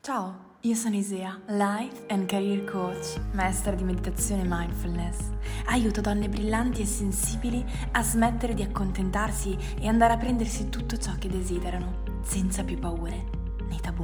Ciao, io sono Isea, Life and Career Coach, maestra di meditazione e mindfulness. Aiuto donne brillanti e sensibili a smettere di accontentarsi e andare a prendersi tutto ciò che desiderano, senza più paure né tabù.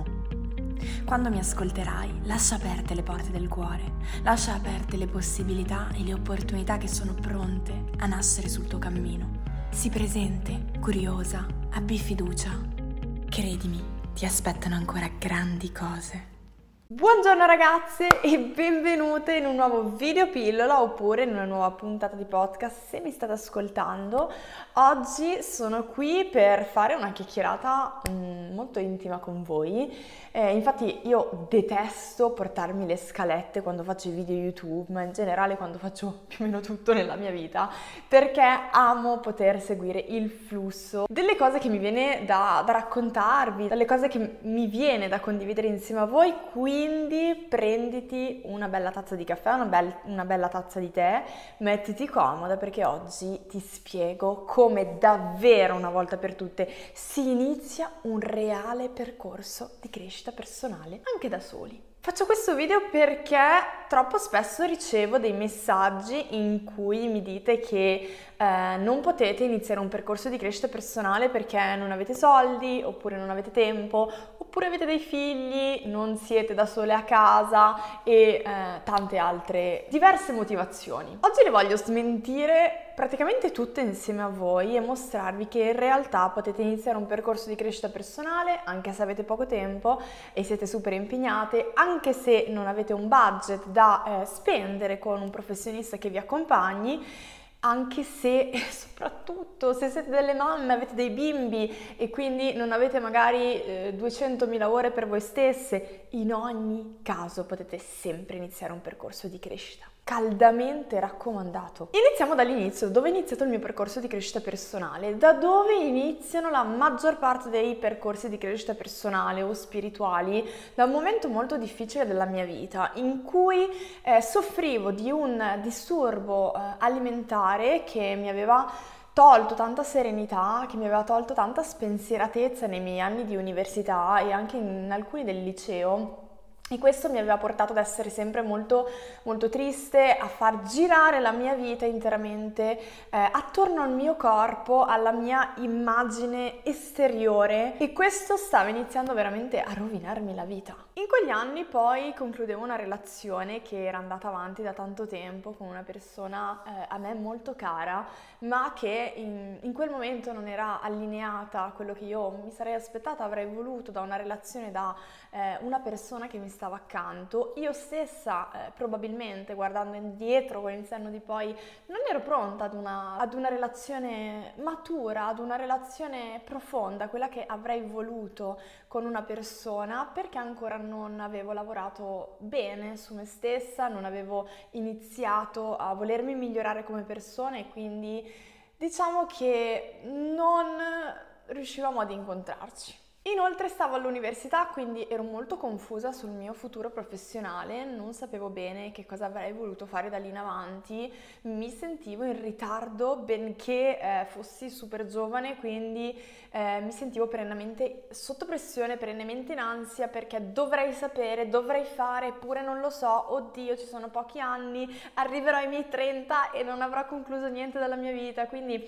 Quando mi ascolterai, lascia aperte le porte del cuore, lascia aperte le possibilità e le opportunità che sono pronte a nascere sul tuo cammino. Sii presente, curiosa, abbi fiducia. Credimi, ti aspettano ancora grandi cose. Buongiorno ragazze e benvenute in un nuovo video pillola oppure in una nuova puntata di podcast se mi state ascoltando. Oggi sono qui per fare una chiacchierata molto intima con voi. Infatti io detesto portarmi le scalette quando faccio i video YouTube, ma in generale quando faccio più o meno tutto nella mia vita, perché amo poter seguire il flusso delle cose che mi viene da raccontarvi, dalle cose che mi viene da condividere insieme a voi. Quindi prenditi una bella tazza di caffè, una bella tazza di tè, mettiti comoda perché oggi ti spiego come davvero una volta per tutte si inizia un reale percorso di crescita personale anche da soli. Faccio questo video perché troppo spesso ricevo dei messaggi in cui mi dite che non potete iniziare un percorso di crescita personale perché non avete soldi, oppure non avete tempo, oppure avete dei figli, non siete da sole a casa e tante altre diverse motivazioni. Oggi le voglio smentire praticamente tutte insieme a voi e mostrarvi che in realtà potete iniziare un percorso di crescita personale anche se avete poco tempo e siete super impegnate, anche se non avete un budget da spendere con un professionista che vi accompagni, anche se, soprattutto, se siete delle mamme, avete dei bimbi e quindi non avete magari 200.000 ore per voi stesse, in ogni caso potete sempre iniziare un percorso di crescita. Caldamente raccomandato. Iniziamo dall'inizio, dove è iniziato il mio percorso di crescita personale, da dove iniziano la maggior parte dei percorsi di crescita personale o spirituali, da un momento molto difficile della mia vita in cui soffrivo di un disturbo alimentare che mi aveva tolto tanta serenità, che mi aveva tolto tanta spensieratezza nei miei anni di università e anche in alcuni del liceo. E questo mi aveva portato ad essere sempre molto, molto triste, a far girare la mia vita interamente attorno al mio corpo, alla mia immagine esteriore, e questo stava iniziando veramente a rovinarmi la vita. In quegli anni poi concludevo una relazione che era andata avanti da tanto tempo con una persona a me molto cara, ma che in quel momento non era allineata a quello che io mi sarei aspettata, avrei voluto da una relazione, da una persona che mi stava accanto. Io stessa probabilmente, guardando indietro con il senno di poi, non ero pronta ad una relazione matura, ad una relazione profonda, quella che avrei voluto con una persona, perché ancora non avevo lavorato bene su me stessa, non avevo iniziato a volermi migliorare come persona e quindi diciamo che non riuscivamo ad incontrarci. Inoltre stavo all'università, quindi ero molto confusa sul mio futuro professionale, non sapevo bene che cosa avrei voluto fare da lì in avanti, mi sentivo in ritardo benché fossi super giovane, quindi mi sentivo perennemente sotto pressione, perennemente in ansia perché dovrei sapere, dovrei fare, eppure non lo so, oddio ci sono pochi anni, arriverò ai miei 30 e non avrò concluso niente della mia vita, quindi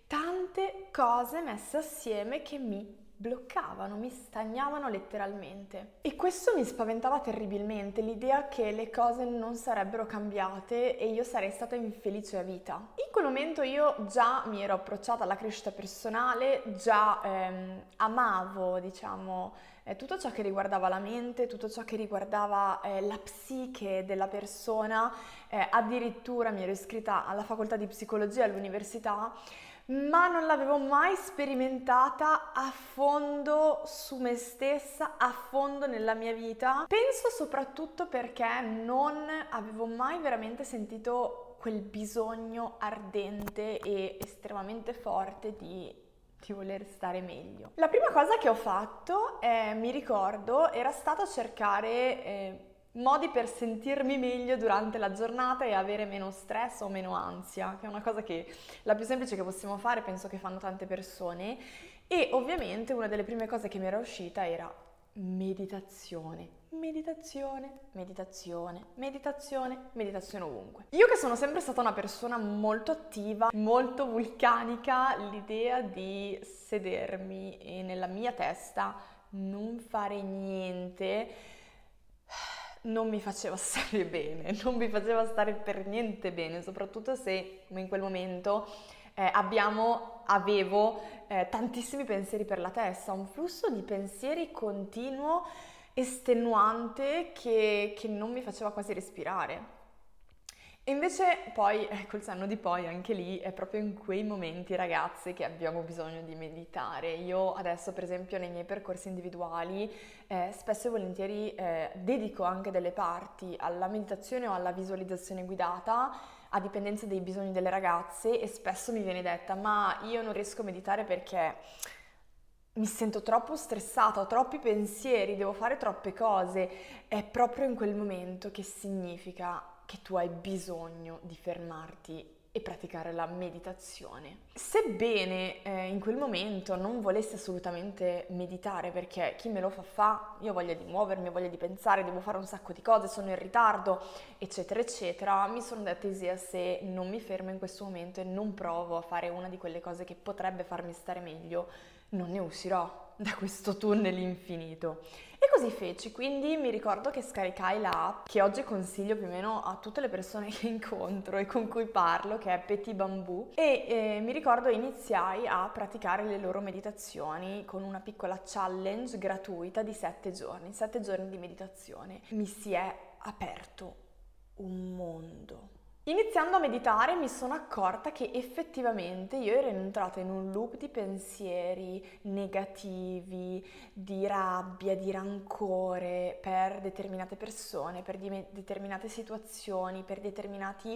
tante cose messe assieme che mi bloccavano, mi stagnavano letteralmente. E questo mi spaventava terribilmente, l'idea che le cose non sarebbero cambiate e io sarei stata infelice a vita. In quel momento io già mi ero approcciata alla crescita personale, già amavo, diciamo, tutto ciò che riguardava la mente, tutto ciò che riguardava la psiche della persona, addirittura mi ero iscritta alla facoltà di psicologia all'università, ma non l'avevo mai sperimentata a fondo su me stessa, a fondo nella mia vita. Penso soprattutto perché non avevo mai veramente sentito quel bisogno ardente e estremamente forte di voler stare meglio. La prima cosa che ho fatto, mi ricordo, era stato cercare modi per sentirmi meglio durante la giornata e avere meno stress o meno ansia, che è una cosa che la più semplice che possiamo fare, penso che fanno tante persone. E ovviamente una delle prime cose che mi era uscita era meditazione. meditazione, meditazione, meditazione, meditazione ovunque. Io che sono sempre stata una persona molto attiva, molto vulcanica, l'idea di sedermi e nella mia testa non fare niente non mi faceva stare bene, non mi faceva stare per niente bene, soprattutto se come in quel momento avevo tantissimi pensieri per la testa, un flusso di pensieri continuo, estenuante che non mi faceva quasi respirare. E invece poi, col senno di poi, anche lì è proprio in quei momenti, ragazze, che abbiamo bisogno di meditare. Io adesso, per esempio, nei miei percorsi individuali, spesso e volentieri dedico anche delle parti alla meditazione o alla visualizzazione guidata, a dipendenza dei bisogni delle ragazze, e spesso mi viene detta: ma io non riesco a meditare perché mi sento troppo stressata, ho troppi pensieri, devo fare troppe cose. È proprio in quel momento che significa che tu hai bisogno di fermarti e praticare la meditazione. Sebbene in quel momento non volessi assolutamente meditare, perché chi me lo fa, io ho voglia di muovermi, ho voglia di pensare, devo fare un sacco di cose, sono in ritardo, eccetera, eccetera, mi sono detta: Isia, se non mi fermo in questo momento e non provo a fare una di quelle cose che potrebbe farmi stare meglio, non ne uscirò da questo tunnel infinito. E così feci, quindi mi ricordo che scaricai l'app che oggi consiglio più o meno a tutte le persone che incontro e con cui parlo, che è Petit Bamboo, e mi ricordo iniziai a praticare le loro meditazioni con una piccola challenge gratuita di 7 giorni di meditazione. Mi si è aperto un mondo. Iniziando a meditare mi sono accorta che effettivamente io ero entrata in un loop di pensieri negativi, di rabbia, di rancore per determinate persone, per determinate situazioni, per determinate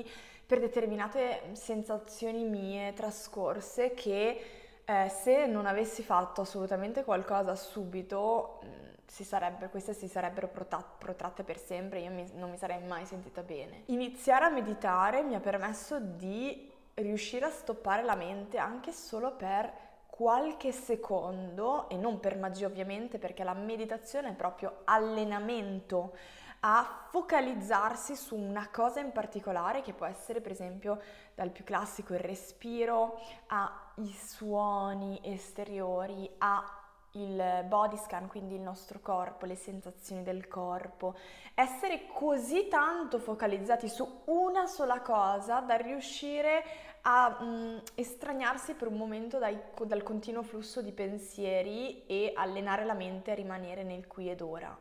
sensazioni mie trascorse che se non avessi fatto assolutamente qualcosa subito queste si sarebbero protratte per sempre, non mi sarei mai sentita bene. Iniziare a meditare mi ha permesso di riuscire a stoppare la mente anche solo per qualche secondo, e non per magia ovviamente, perché la meditazione è proprio allenamento a focalizzarsi su una cosa in particolare, che può essere per esempio dal più classico il respiro, ai suoni esteriori, il body scan, quindi il nostro corpo, le sensazioni del corpo, essere così tanto focalizzati su una sola cosa da riuscire a estraniarsi per un momento dal continuo flusso di pensieri e allenare la mente a rimanere nel qui ed ora.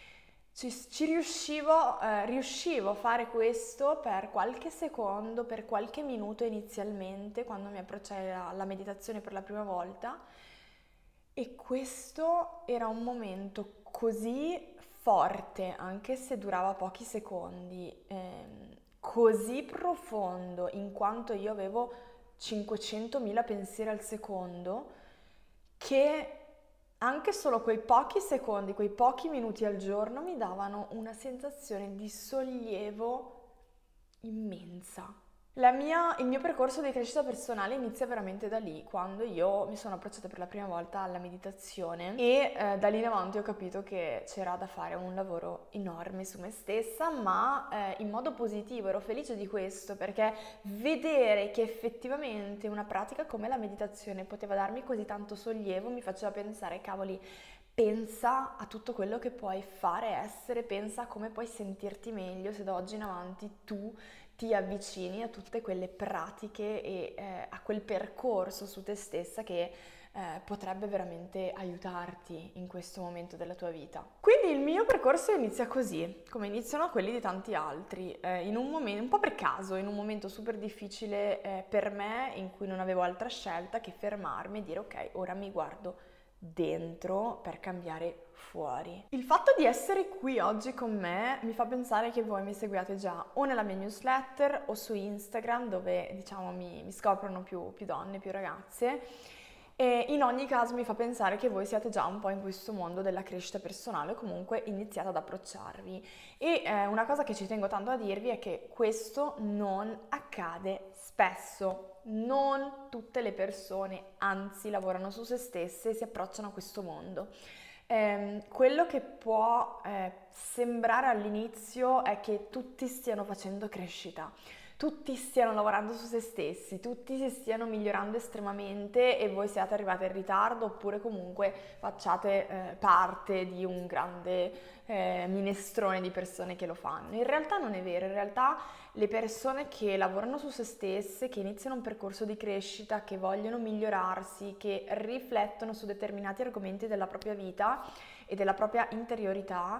Riuscivo a fare questo per qualche secondo, per qualche minuto inizialmente, quando mi approcciai alla meditazione per la prima volta. E questo era un momento così forte, anche se durava pochi secondi, così profondo, in quanto io avevo 500.000 pensieri al secondo, che anche solo quei pochi secondi, quei pochi minuti al giorno mi davano una sensazione di sollievo immensa. Il mio percorso di crescita personale inizia veramente da lì, quando io mi sono approcciata per la prima volta alla meditazione, e da lì in avanti ho capito che c'era da fare un lavoro enorme su me stessa, ma in modo positivo. Ero felice di questo, perché vedere che effettivamente una pratica come la meditazione poteva darmi così tanto sollievo mi faceva pensare: cavoli, pensa a tutto quello che puoi fare, essere, pensa a come puoi sentirti meglio se da oggi in avanti tu ti avvicini a tutte quelle pratiche e a quel percorso su te stessa che potrebbe veramente aiutarti in questo momento della tua vita. Quindi il mio percorso inizia così, come iniziano quelli di tanti altri, in un momento, un po' per caso, in un momento super difficile per me, in cui non avevo altra scelta che fermarmi e dire: ok, ora mi guardo dentro per cambiare fuori. Il fatto di essere qui oggi con me mi fa pensare che voi mi seguiate già o nella mia newsletter o su Instagram, dove diciamo mi scoprono più donne, più ragazze, e in ogni caso mi fa pensare che voi siate già un po' in questo mondo della crescita personale, o comunque iniziate ad approcciarvi. E una cosa che ci tengo tanto a dirvi è che questo non accade spesso. Non tutte le persone, anzi, lavorano su se stesse e si approcciano a questo mondo. Quello che può sembrare all'inizio è che tutti stiano facendo crescita, tutti stiano lavorando su se stessi, tutti si stiano migliorando estremamente e voi siate arrivati in ritardo oppure comunque facciate parte di un grande minestrone di persone che lo fanno. In realtà non è vero, in realtà le persone che lavorano su se stesse, che iniziano un percorso di crescita, che vogliono migliorarsi, che riflettono su determinati argomenti della propria vita e della propria interiorità,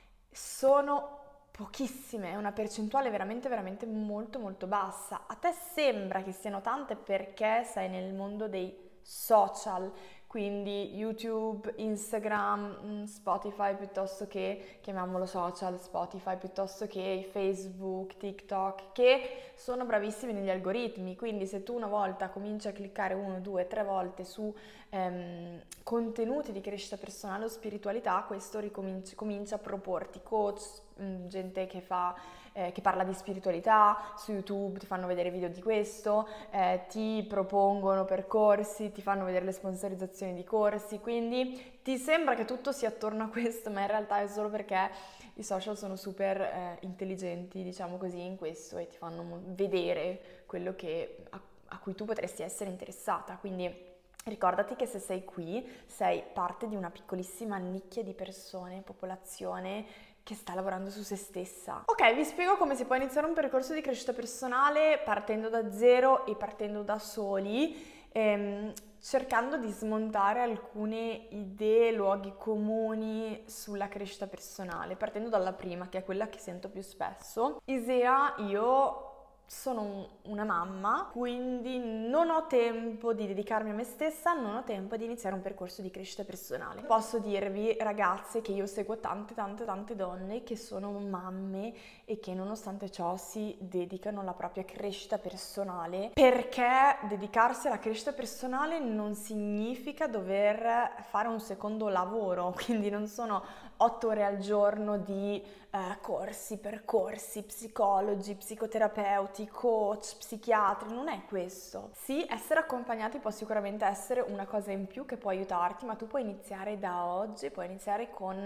sono pochissime, è una percentuale veramente veramente molto molto bassa. A te sembra che siano tante perché sei nel mondo dei social, quindi YouTube, Instagram, Spotify piuttosto che, chiamiamolo social, Spotify piuttosto che Facebook, TikTok, che sono bravissimi negli algoritmi, quindi se tu una volta cominci a cliccare 1, 2, 3 volte su contenuti di crescita personale o spiritualità, questo comincia a proporti coach, gente che parla di spiritualità, su YouTube ti fanno vedere video di questo, ti propongono percorsi, ti fanno vedere le sponsorizzazioni di corsi, quindi ti sembra che tutto sia attorno a questo, ma in realtà è solo perché i social sono super intelligenti, diciamo così, in questo e ti fanno vedere quello a cui tu potresti essere interessata, quindi ricordati che se sei qui sei parte di una piccolissima nicchia di persone, popolazione che sta lavorando su se stessa. Ok, vi spiego come si può iniziare un percorso di crescita personale partendo da zero e partendo da soli, cercando di smontare alcune idee, luoghi comuni sulla crescita personale, partendo dalla prima, che è quella che sento più spesso. Isea, io sono una mamma, quindi non ho tempo di dedicarmi a me stessa, non ho tempo di iniziare un percorso di crescita personale. Posso dirvi, ragazze, che io seguo tante donne che sono mamme e che nonostante ciò si dedicano alla propria crescita personale, perché dedicarsi alla crescita personale non significa dover fare un secondo lavoro, quindi non sono 8 ore al giorno di corsi, percorsi, psicologi, psicoterapeuti, coach, psichiatri, non è questo. Sì, essere accompagnati può sicuramente essere una cosa in più che può aiutarti, ma tu puoi iniziare da oggi, puoi iniziare con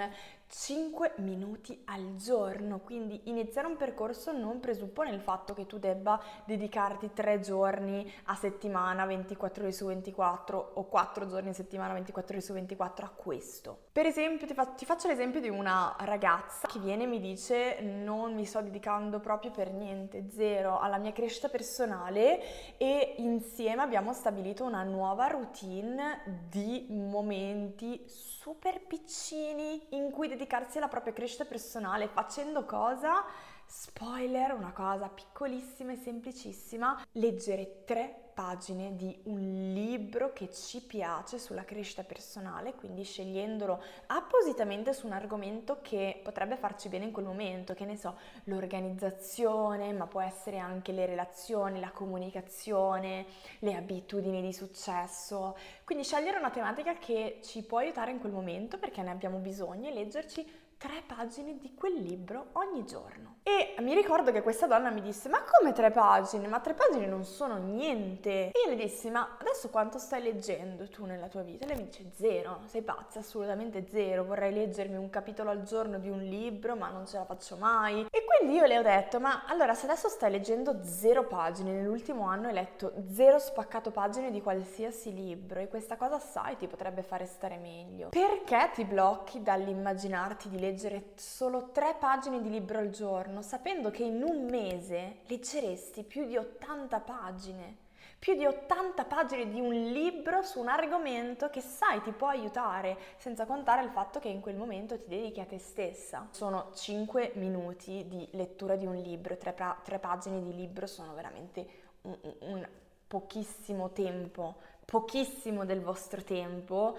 5 minuti al giorno, quindi iniziare un percorso non presuppone il fatto che tu debba dedicarti 3 giorni a settimana, 24 ore su 24 o 4 giorni a settimana, 24 ore su 24 a questo. Per esempio, ti faccio l'esempio di una ragazza che viene e mi dice: non mi sto dedicando proprio per niente, zero, alla mia crescita personale, e insieme abbiamo stabilito una nuova routine di momenti super piccini in cui dedicarsi alla propria crescita personale, facendo cosa? Spoiler, una cosa piccolissima e semplicissima: leggere 3 pagine di un libro che ci piace sulla crescita personale, quindi scegliendolo appositamente su un argomento che potrebbe farci bene in quel momento, che ne so, l'organizzazione, ma può essere anche le relazioni, la comunicazione, le abitudini di successo. Quindi scegliere una tematica che ci può aiutare in quel momento perché ne abbiamo bisogno e leggerci 3 pagine di quel libro ogni giorno. E mi ricordo che questa donna mi disse: ma come 3 pagine? Ma 3 pagine non sono niente. E io le dissi: ma adesso quanto stai leggendo tu nella tua vita? E lei mi dice: zero. Sei pazza? Assolutamente zero. Vorrei leggermi un capitolo al giorno di un libro, ma non ce la faccio mai. E quindi io le ho detto: ma allora, se adesso stai leggendo 0 pagine, nell'ultimo anno hai letto 0 spaccato pagine di qualsiasi libro, e questa cosa, sai, ti potrebbe fare stare meglio, perché ti blocchi dall'immaginarti di leggere solo 3 pagine di libro al giorno, sapendo che in un mese leggeresti più di 80 pagine? Più di 80 pagine di un libro su un argomento che sai ti può aiutare, senza contare il fatto che in quel momento ti dedichi a te stessa. Sono 5 minuti di lettura di un libro, 3 pagine di libro sono veramente un pochissimo tempo, pochissimo del vostro tempo,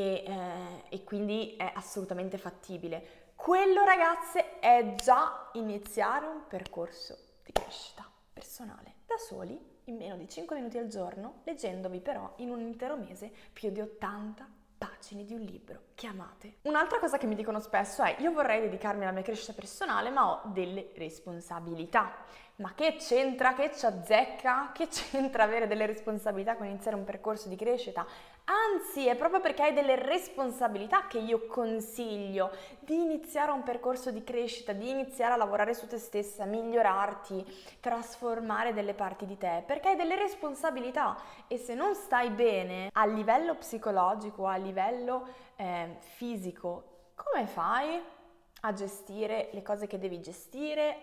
e quindi è assolutamente fattibile. Quello, ragazze, è già iniziare un percorso di crescita personale da soli, in meno di 5 minuti al giorno, leggendovi però in un intero mese più di 80 pagine di un libro che amate. Un'altra cosa che mi dicono spesso è: io vorrei dedicarmi alla mia crescita personale, ma ho delle responsabilità. Ma che c'entra? Che ci azzecca? Che c'entra avere delle responsabilità con iniziare un percorso di crescita? Anzi, è proprio perché hai delle responsabilità che io consiglio di iniziare un percorso di crescita, di iniziare a lavorare su te stessa, migliorarti, trasformare delle parti di te, perché hai delle responsabilità e se non stai bene a livello psicologico, a livello fisico, come fai a gestire le cose che devi gestire,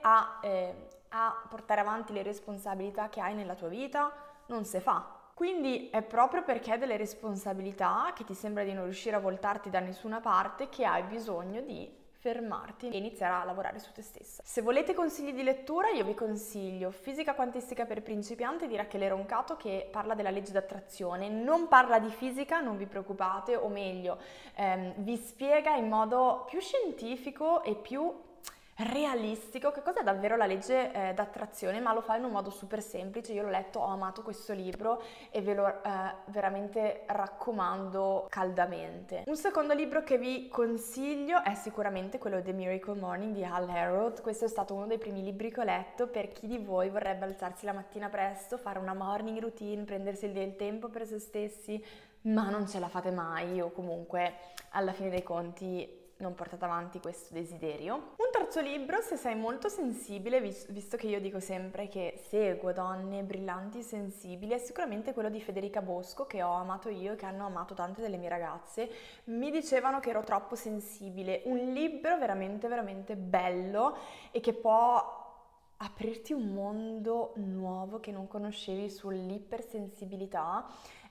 a portare avanti le responsabilità che hai nella tua vita? Non si fa. Quindi è proprio perché hai delle responsabilità che ti sembra di non riuscire a voltarti da nessuna parte che hai bisogno di fermarti e iniziare a lavorare su te stessa. Se volete consigli di lettura, io vi consiglio Fisica quantistica per principianti di Rachele Roncato, che parla della legge d'attrazione, non parla di fisica, non vi preoccupate, o meglio, vi spiega in modo più scientifico e più realistico che cos'è davvero la legge d'attrazione, ma lo fa in un modo super semplice. Io l'ho letto, ho amato questo libro e ve lo veramente raccomando caldamente. Un secondo libro che vi consiglio è sicuramente quello The Miracle Morning di Hal Elrod. Questo è stato uno dei primi libri che ho letto per chi di voi vorrebbe alzarsi la mattina presto, fare una morning routine, prendersi del tempo per se stessi, ma non ce la fate mai, o comunque alla fine dei conti non portate avanti questo desiderio. Un terzo libro, se sei molto sensibile, visto che io dico sempre che seguo donne brillanti e sensibili, è sicuramente quello di Federica Bosco, che ho amato io e che hanno amato tante delle mie ragazze. Mi dicevano che ero troppo sensibile. Un libro veramente, veramente bello e che può aprirti un mondo nuovo che non conoscevi sull'ipersensibilità.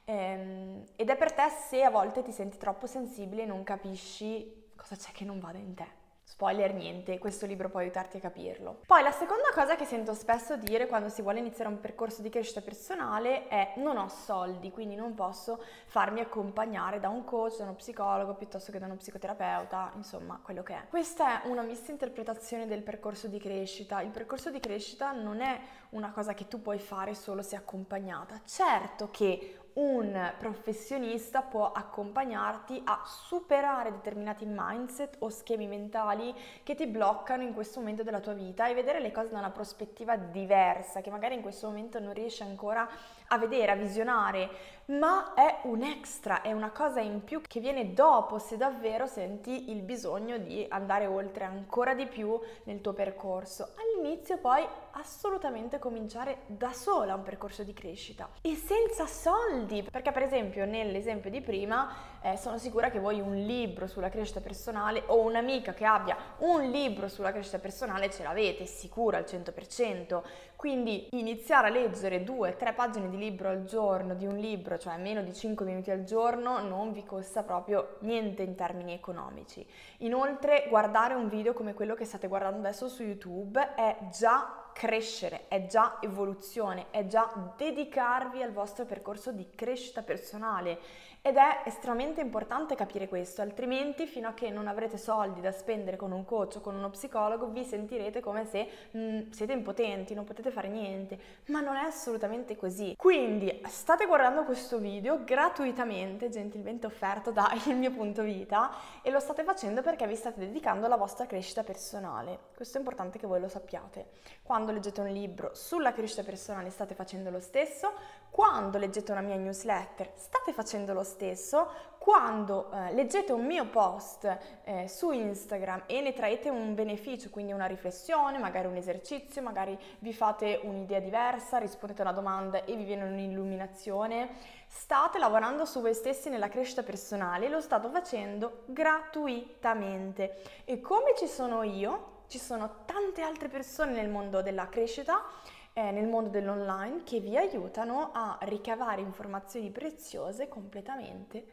Ed è per te se a volte ti senti troppo sensibile e non capisci cosa c'è che non vada in te. Spoiler niente, questo libro può aiutarti a capirlo. Poi la seconda cosa che sento spesso dire quando si vuole iniziare un percorso di crescita personale è: non ho soldi, quindi non posso farmi accompagnare da un coach, da uno psicologo, piuttosto che da uno psicoterapeuta, insomma, quello che è. Questa è una misinterpretazione del percorso di crescita. Il percorso di crescita non è una cosa che tu puoi fare solo se accompagnata. Certo che un professionista può accompagnarti a superare determinati mindset o schemi mentali che ti bloccano in questo momento della tua vita e vedere le cose da una prospettiva diversa, che magari in questo momento non riesci ancora a vedere, a visionare, ma è un extra, è una cosa in più che viene dopo se davvero senti il bisogno di andare oltre ancora di più nel tuo percorso. All'inizio poi assolutamente cominciare da sola un percorso di crescita e senza soldi, perché per esempio nell'esempio di prima sono sicura che voi un libro sulla crescita personale o un'amica che abbia un libro sulla crescita personale ce l'avete sicura al 100%, quindi iniziare a leggere 2-3 pagine di libro al giorno di un libro, cioè meno di 5 minuti al giorno, non vi costa proprio niente in termini economici. Inoltre guardare un video come quello che state guardando adesso su YouTube è già crescere, è già evoluzione, è già dedicarvi al vostro percorso di crescita personale ed è estremamente importante capire questo, altrimenti fino a che non avrete soldi da spendere con un coach o con uno psicologo vi sentirete come se siete impotenti, non potete fare niente, ma non è assolutamente così. Quindi state guardando questo video gratuitamente, gentilmente offerto da Il Mio Punto Vita, e lo state facendo perché vi state dedicando alla vostra crescita personale. Questo è importante che voi lo sappiate. Quando leggete un libro sulla crescita personale state facendo lo stesso, quando leggete una mia newsletter state facendo lo stesso, quando leggete un mio post su Instagram e ne traete un beneficio, quindi una riflessione, magari un esercizio, magari vi fate un'idea diversa, rispondete a una domanda e vi viene un'illuminazione, state lavorando su voi stessi nella crescita personale e lo state facendo gratuitamente. E come ci sono io, ci sono tante altre persone nel mondo della crescita, nel mondo dell'online, che vi aiutano a ricavare informazioni preziose completamente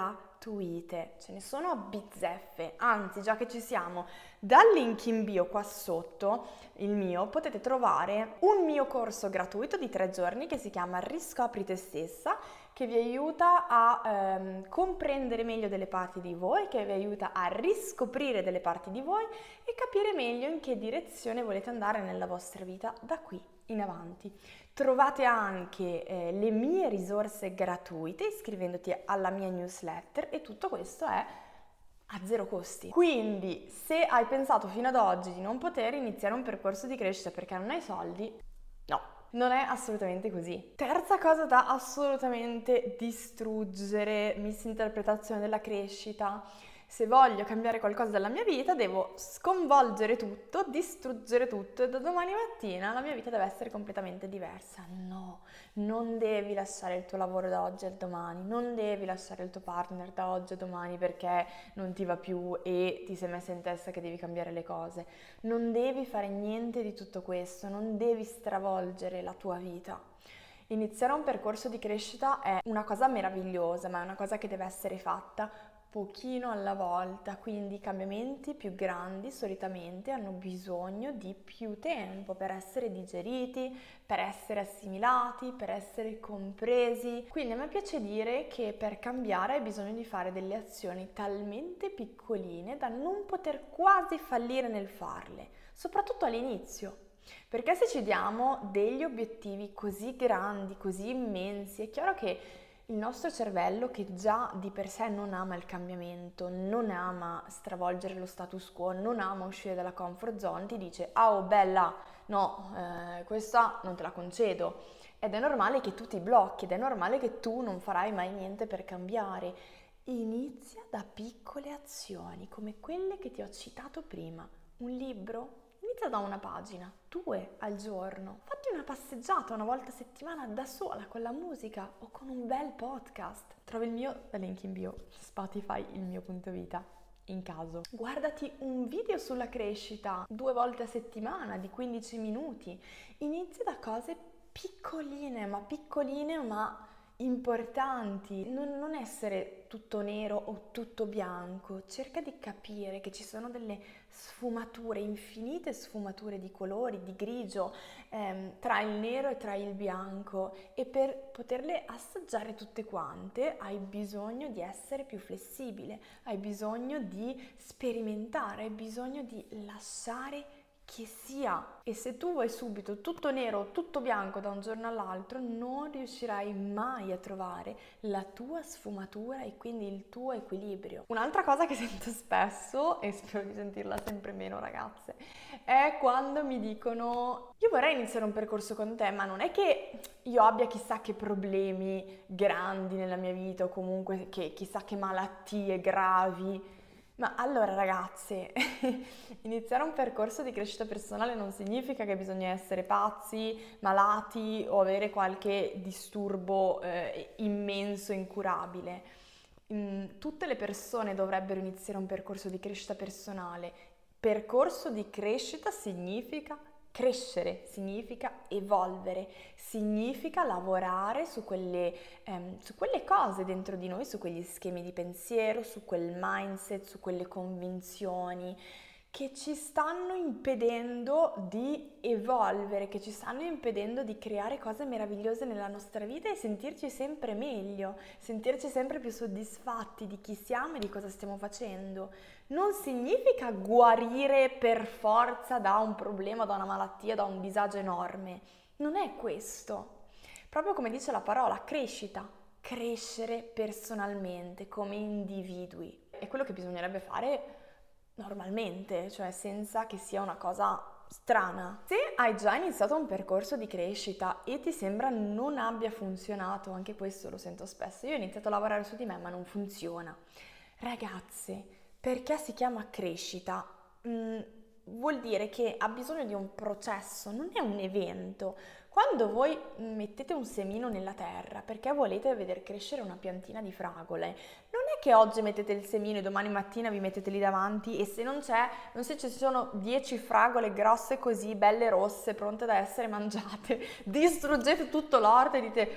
gratuite. Ce ne sono a bizzeffe, anzi già che ci siamo, dal link in bio qua sotto, il mio, potete trovare un mio corso gratuito di 3 giorni che si chiama Riscopri te stessa, che vi aiuta a comprendere meglio delle parti di voi, che vi aiuta a riscoprire delle parti di voi e capire meglio in che direzione volete andare nella vostra vita da qui in avanti. Trovate anche le mie risorse gratuite iscrivendoti alla mia newsletter e tutto questo è a zero costi. Quindi se hai pensato fino ad oggi di non poter iniziare un percorso di crescita perché non hai soldi, no. Non è assolutamente così. Terza cosa da assolutamente distruggere, misinterpretazione della crescita. Se voglio cambiare qualcosa della mia vita, devo sconvolgere tutto, distruggere tutto e da domani mattina la mia vita deve essere completamente diversa. No, non devi lasciare il tuo lavoro da oggi al domani, non devi lasciare il tuo partner da oggi a domani perché non ti va più e ti sei messa in testa che devi cambiare le cose. Non devi fare niente di tutto questo, non devi stravolgere la tua vita. Iniziare un percorso di crescita è una cosa meravigliosa, ma è una cosa che deve essere fatta pochino alla volta, quindi i cambiamenti più grandi solitamente hanno bisogno di più tempo per essere digeriti, per essere assimilati, per essere compresi. Quindi a me piace dire che per cambiare hai bisogno di fare delle azioni talmente piccoline da non poter quasi fallire nel farle, soprattutto all'inizio. Perché se ci diamo degli obiettivi così grandi, così immensi, è chiaro che il nostro cervello, che già di per sé non ama il cambiamento, non ama stravolgere lo status quo, non ama uscire dalla comfort zone, ti dice: "Ah, oh bella, no, questa non te la concedo". Ed è normale che tu ti blocchi, ed è normale che tu non farai mai niente per cambiare. Inizia da piccole azioni, come quelle che ti ho citato prima. Un libro? Inizia da una pagina, 2 al giorno. Fatti una passeggiata una volta a settimana da sola con la musica o con un bel podcast. Trovi il mio link in bio, Spotify, il mio punto vita, in caso. Guardati un video sulla crescita 2 volte a settimana di 15 minuti. Inizia da cose piccoline ma importanti. Non essere tutto nero o tutto bianco, cerca di capire che ci sono delle sfumature, infinite sfumature di colori, di grigio, tra il nero e tra il bianco, e per poterle assaggiare tutte quante hai bisogno di essere più flessibile, hai bisogno di sperimentare, hai bisogno di lasciare che sia. E se tu vuoi subito tutto nero o tutto bianco da un giorno all'altro, non riuscirai mai a trovare la tua sfumatura e quindi il tuo equilibrio. Un'altra cosa che sento spesso, e spero di sentirla sempre meno, ragazze, è quando mi dicono: "Io vorrei iniziare un percorso con te, ma non è che io abbia chissà che problemi grandi nella mia vita o comunque che chissà che malattie gravi". Ma allora, ragazze, iniziare un percorso di crescita personale non significa che bisogna essere pazzi, malati o avere qualche disturbo immenso, incurabile. Tutte le persone dovrebbero iniziare un percorso di crescita personale. Percorso di crescita significa crescere, significa evolvere, significa lavorare su quelle cose dentro di noi, su quegli schemi di pensiero, su quel mindset, su quelle convinzioni che ci stanno impedendo di evolvere, che ci stanno impedendo di creare cose meravigliose nella nostra vita e sentirci sempre meglio, sentirci sempre più soddisfatti di chi siamo e di cosa stiamo facendo. Non significa guarire per forza da un problema, da una malattia, da un disagio enorme. Non è questo. Proprio come dice la parola, crescita. Crescere personalmente, come individui. È quello che bisognerebbe fare normalmente, cioè senza che sia una cosa strana. Se hai già iniziato un percorso di crescita e ti sembra non abbia funzionato, anche questo lo sento spesso, io ho iniziato a lavorare su di me ma non funziona. Ragazze, perché si chiama crescita? Vuol dire che ha bisogno di un processo, non è un evento. Quando voi mettete un semino nella terra perché volete vedere crescere una piantina di fragole, non è che oggi mettete il semino e domani mattina vi mettete lì davanti e se non c'è, non se ci sono 10 fragole grosse così, belle rosse, pronte da essere mangiate, distruggete tutto l'orto e dite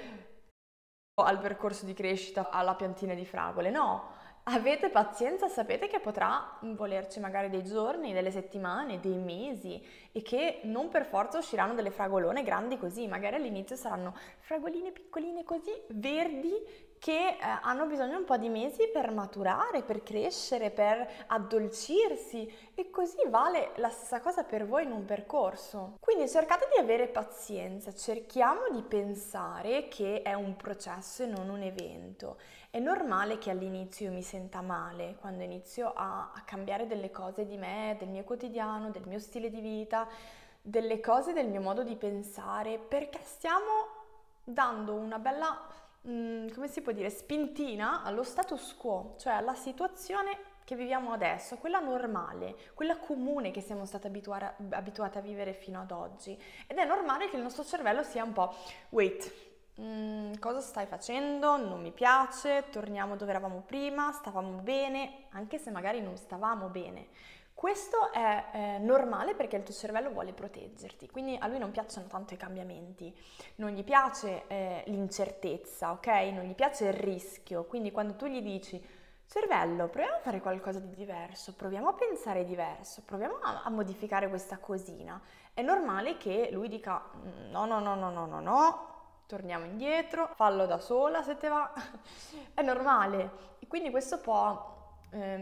al percorso di crescita, alla piantina di fragole. No, avete pazienza, sapete che potrà volerci magari dei giorni, delle settimane, dei mesi e che non per forza usciranno delle fragolone grandi così, magari all'inizio saranno fragoline piccoline così, verdi, che hanno bisogno un po' di mesi per maturare, per crescere, per addolcirsi, e così vale la stessa cosa per voi in un percorso. Quindi cercate di avere pazienza, cerchiamo di pensare che è un processo e non un evento. È normale che all'inizio io mi senta male quando inizio a cambiare delle cose di me, del mio quotidiano, del mio stile di vita. delle cose del mio modo di pensare, perché stiamo dando una bella, come si può dire, spintina allo status quo, cioè alla situazione che viviamo adesso, quella normale, quella comune che siamo stati abituati a vivere fino ad oggi. Ed è normale che il nostro cervello sia un po', wait, cosa stai facendo? Non mi piace, torniamo dove eravamo prima, stavamo bene, anche se magari non stavamo bene. Questo è normale perché il tuo cervello vuole proteggerti, quindi a lui non piacciono tanto i cambiamenti, non gli piace l'incertezza, ok? Non gli piace il rischio, quindi quando tu gli dici cervello, proviamo a fare qualcosa di diverso, proviamo a pensare diverso, proviamo a modificare questa cosina, è normale che lui dica no, no, no, no, no, no, no, torniamo indietro, fallo da sola se te va, è normale. E quindi questo può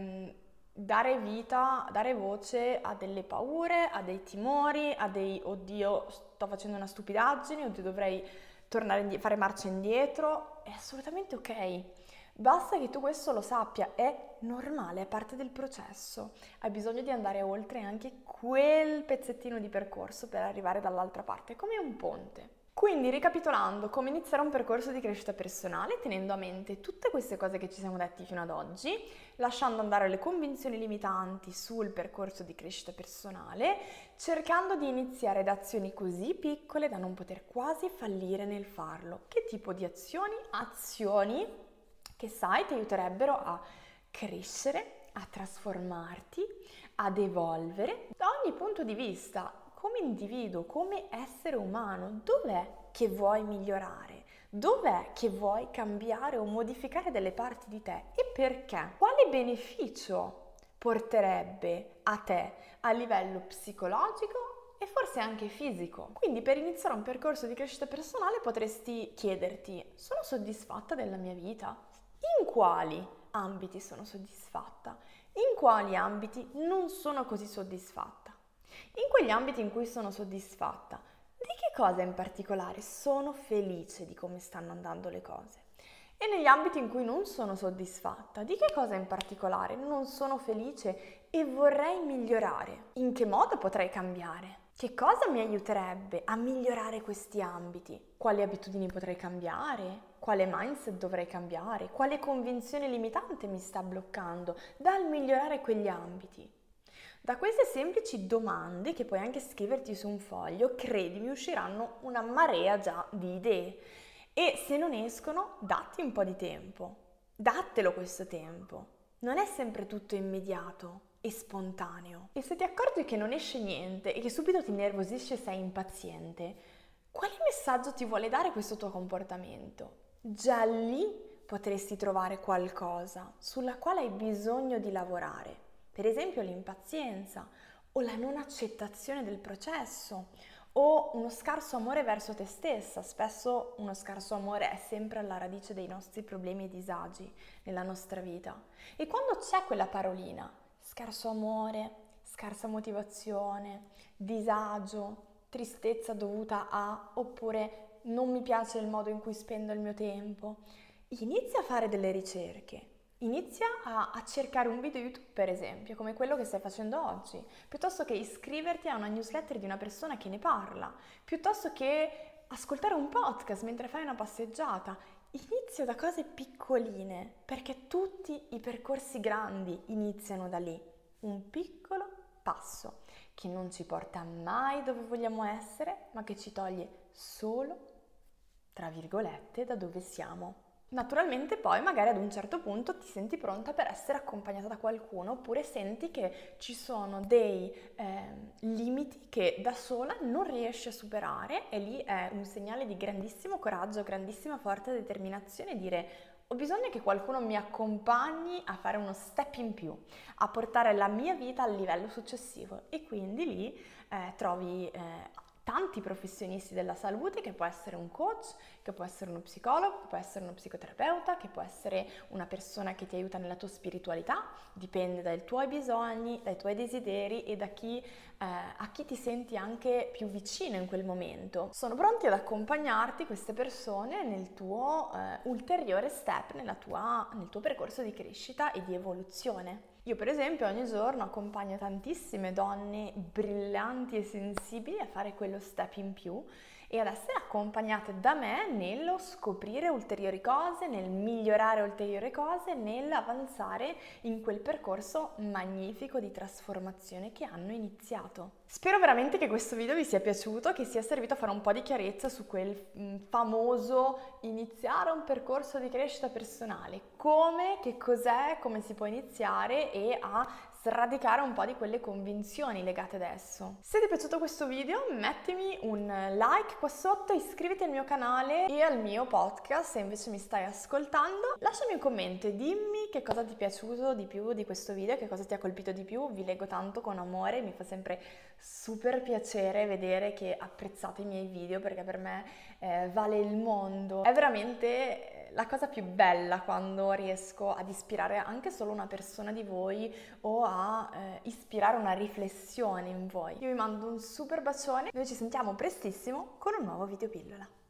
dare vita, dare voce a delle paure, a dei timori, a dei oddio sto facendo una stupidaggine, oddio dovrei tornare fare marcia indietro, è assolutamente ok. Basta che tu questo lo sappia, è normale, è parte del processo. Hai bisogno di andare oltre anche quel pezzettino di percorso per arrivare dall'altra parte, è come un ponte. Quindi, ricapitolando, come iniziare un percorso di crescita personale, tenendo a mente tutte queste cose che ci siamo detti fino ad oggi, lasciando andare le convinzioni limitanti sul percorso di crescita personale, cercando di iniziare da azioni così piccole da non poter quasi fallire nel farlo. Che tipo di azioni? Azioni che sai ti aiuterebbero a crescere, a trasformarti, ad evolvere da ogni punto di vista. Come individuo, come essere umano, dov'è che vuoi migliorare? Dov'è che vuoi cambiare o modificare delle parti di te? E perché? Quale beneficio porterebbe a te a livello psicologico e forse anche fisico? Quindi per iniziare un percorso di crescita personale potresti chiederti: sono soddisfatta della mia vita? In quali ambiti sono soddisfatta? In quali ambiti non sono così soddisfatta? In quegli ambiti in cui sono soddisfatta, di che cosa in particolare sono felice di come stanno andando le cose? E negli ambiti in cui non sono soddisfatta, di che cosa in particolare non sono felice e vorrei migliorare? In che modo potrei cambiare? Che cosa mi aiuterebbe a migliorare questi ambiti? Quali abitudini potrei cambiare? Quale mindset dovrei cambiare? Quale convinzione limitante mi sta bloccando dal migliorare quegli ambiti? Da queste semplici domande, che puoi anche scriverti su un foglio, credimi, usciranno una marea già di idee. E se non escono, datti un po' di tempo. Dattelo questo tempo. Non è sempre tutto immediato e spontaneo. E se ti accorgi che non esce niente e che subito ti innervosisci e sei impaziente, quale messaggio ti vuole dare questo tuo comportamento? Già lì potresti trovare qualcosa sulla quale hai bisogno di lavorare. Per esempio l'impazienza o la non accettazione del processo o uno scarso amore verso te stessa. Spesso uno scarso amore è sempre alla radice dei nostri problemi e disagi nella nostra vita. E quando c'è quella parolina, scarso amore, scarsa motivazione, disagio, tristezza dovuta a, oppure non mi piace il modo in cui spendo il mio tempo, inizia a fare delle ricerche. Inizia a cercare un video YouTube, per esempio, come quello che stai facendo oggi, piuttosto che iscriverti a una newsletter di una persona che ne parla, piuttosto che ascoltare un podcast mentre fai una passeggiata. Inizia da cose piccoline, perché tutti i percorsi grandi iniziano da lì. Un piccolo passo che non ci porta mai dove vogliamo essere, ma che ci toglie solo, tra virgolette, da dove siamo. Naturalmente poi magari ad un certo punto ti senti pronta per essere accompagnata da qualcuno, oppure senti che ci sono dei limiti che da sola non riesci a superare, e lì è un segnale di grandissimo coraggio, grandissima forte determinazione, dire: ho bisogno che qualcuno mi accompagni a fare uno step in più, a portare la mia vita al livello successivo. E quindi lì trovi tanti professionisti della salute, che può essere un coach, che può essere uno psicologo, che può essere uno psicoterapeuta, che può essere una persona che ti aiuta nella tua spiritualità, dipende dai tuoi bisogni, dai tuoi desideri e da a chi ti senti anche più vicino in quel momento. Sono pronti ad accompagnarti queste persone nel tuo ulteriore step, nel tuo percorso di crescita e di evoluzione. Io per esempio ogni giorno accompagno tantissime donne brillanti e sensibili a fare quello step in più e ad essere accompagnate da me nello scoprire ulteriori cose, nel migliorare ulteriori cose, nell'avanzare in quel percorso magnifico di trasformazione che hanno iniziato. Spero veramente che questo video vi sia piaciuto, che sia servito a fare un po' di chiarezza su quel famoso iniziare un percorso di crescita personale, come, che cos'è, come si può iniziare e a sradicare un po' di quelle convinzioni legate ad esso. Se ti è piaciuto questo video mettimi un like qua sotto, iscriviti al mio canale e al mio podcast se invece mi stai ascoltando. Lasciami un commento e dimmi che cosa ti è piaciuto di più di questo video, che cosa ti ha colpito di più. Vi leggo tanto con amore, mi fa sempre super piacere vedere che apprezzate i miei video perché per me vale il mondo. È veramente la cosa più bella quando riesco ad ispirare anche solo una persona di voi o a ispirare una riflessione in voi. Io vi mando un super bacione, noi ci sentiamo prestissimo con un nuovo video pillola.